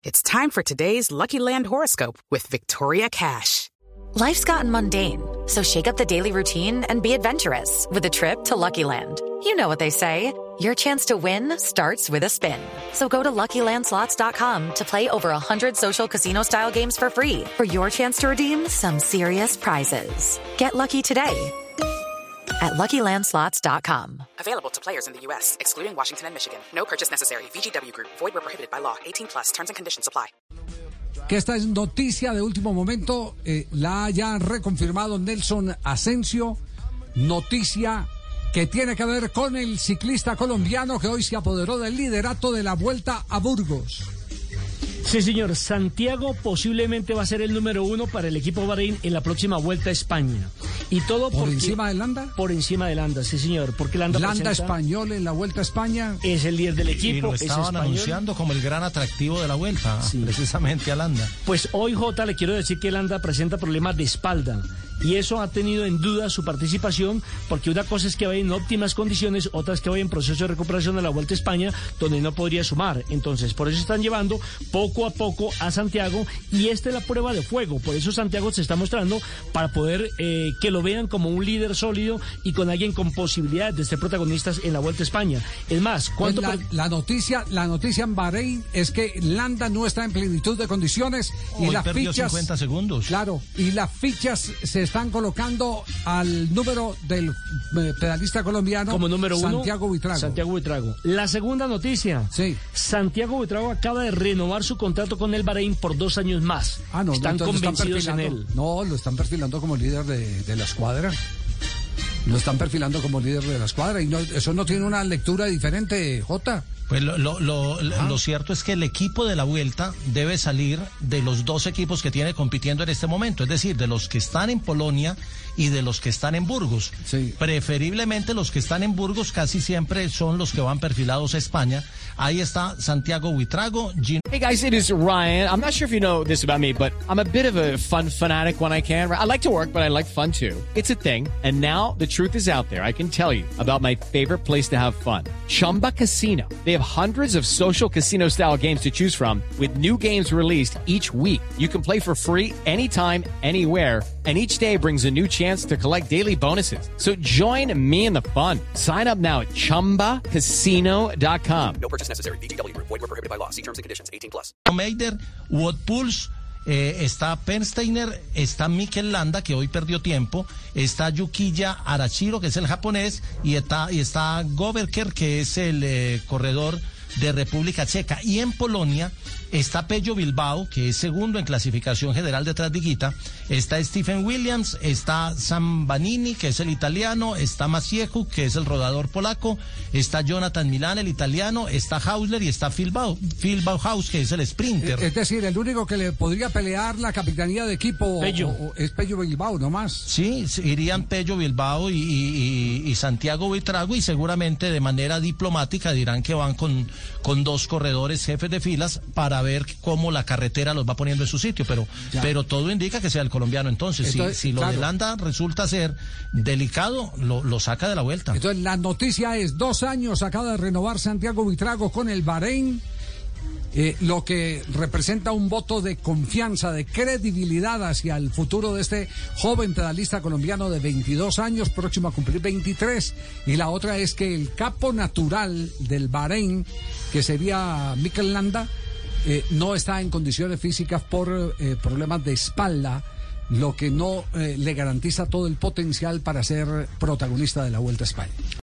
It's time for today's Lucky Land horoscope with Victoria Cash. Life's gotten mundane, so shake up the daily routine and be adventurous with a trip to Lucky Land. You know what they say, your chance to win starts with a spin. So go to LuckyLandSlots.com to play over 100 social casino-style games for free for your chance to redeem some serious prizes. Get lucky today at LuckyLandSlots.com. Available to players in the U.S., excluding Washington and Michigan. No purchase necessary. VGW Group. Void where prohibited by law. 18+. Terms and conditions apply. Que esta es noticia de último momento, la haya reconfirmado Nelson Asensio, noticia que tiene que ver con el ciclista colombiano que hoy se apoderó del liderato de la Vuelta a Burgos. Sí, señor. Santiago posiblemente va a ser el número 1 para el equipo Bahrein en la próxima Vuelta a España. Y todo ¿Por encima de Landa? Por encima de Landa, sí, señor. Porque Landa español en la Vuelta a España. Es el líder del equipo. Y lo estaban anunciando como el gran atractivo de la Vuelta, sí. Precisamente a Landa. Pues hoy, Jota, le quiero decir que Landa presenta problemas de espalda. Y eso ha tenido en duda su participación, porque una cosa es que vaya en óptimas condiciones, otra es que vaya en proceso de recuperación de la Vuelta a España, donde no podría sumar. Entonces, por eso están llevando poco a poco a Santiago, y esta es la prueba de fuego. Por eso Santiago se está mostrando para poder que lo vean como un líder sólido y con alguien con posibilidades de ser protagonistas en la Vuelta a España. Es más, ¿cuánto la noticia en Bahrein es que Landa no está en plenitud de condiciones y hoy las perdió fichas 50 segundos. Claro, y las fichas se están colocando al número del pedalista colombiano como número 1, Santiago Buitrago. Santiago Buitrago. La segunda noticia. Sí. Santiago Buitrago acaba de renovar su contrato con el Bahrein por 2 años más. Están convencidos en él. No, lo están perfilando como líder de la escuadra. Lo están perfilando como líder de la escuadra y no, eso no tiene una lectura diferente, Jota. Pues lo cierto es que el equipo de la Vuelta debe salir de los 2 equipos que tiene compitiendo en este momento, es decir, de los que están en Polonia y de los que están en Burgos. Sí. Preferiblemente los que están en Burgos casi siempre son los que van perfilados a España. Ahí está Santiago Buitrago. Hey guys, it is Ryan. I'm not sure if you know this about me, but I'm a bit of a fun fanatic when I can. I like to work, but I like fun too. It's a thing. And now the truth is out there. I can tell you about my favorite place to have fun. Chumba Casino. They have hundreds of social casino style games to choose from with new games released each week. You can play for free anytime, anywhere. And each day brings a new chance to collect daily bonuses. So join me in the fun. Sign up now at ChumbaCasino.com. No purchase necessary. VGW Group. Void where prohibited by law. See terms and conditions. 18+. Meider, Wout Poels, está Pensteiner, está Mikel Landa, que hoy perdió tiempo, está Yukiya Arashiro, que es el japonés, y está Goberker, que es el corredor de República Checa. Y en Polonia está Pello Bilbao, que es segundo en clasificación general detrás de Higuita, está Stephen Williams, está Sam Vanini, que es el italiano, está Masieju, que es el rodador polaco, está Jonathan Milan, el italiano, está Hausler y está Phil Bauhaus, que es el sprinter. Es decir, el único que le podría pelear la capitanía de equipo es Pello Bilbao, nomás. Sí, irían Pello Bilbao y Santiago Buitrago, y seguramente de manera diplomática dirán que van con 2 corredores jefes de filas para ver cómo la carretera los va poniendo en su sitio, pero todo indica que sea el colombiano. Entonces si lo de Landa resulta ser delicado, lo saca de la Vuelta. Entonces la noticia es 2 años acaba de renovar Santiago Buitrago con el Bahrein, lo que representa un voto de confianza, de credibilidad hacia el futuro de este joven pedalista colombiano de 22 años, próximo a cumplir 23. Y la otra es que el capo natural del Bahrein, que sería Mikel Landa, no está en condiciones físicas por problemas de espalda, lo que no le garantiza todo el potencial para ser protagonista de la Vuelta a España.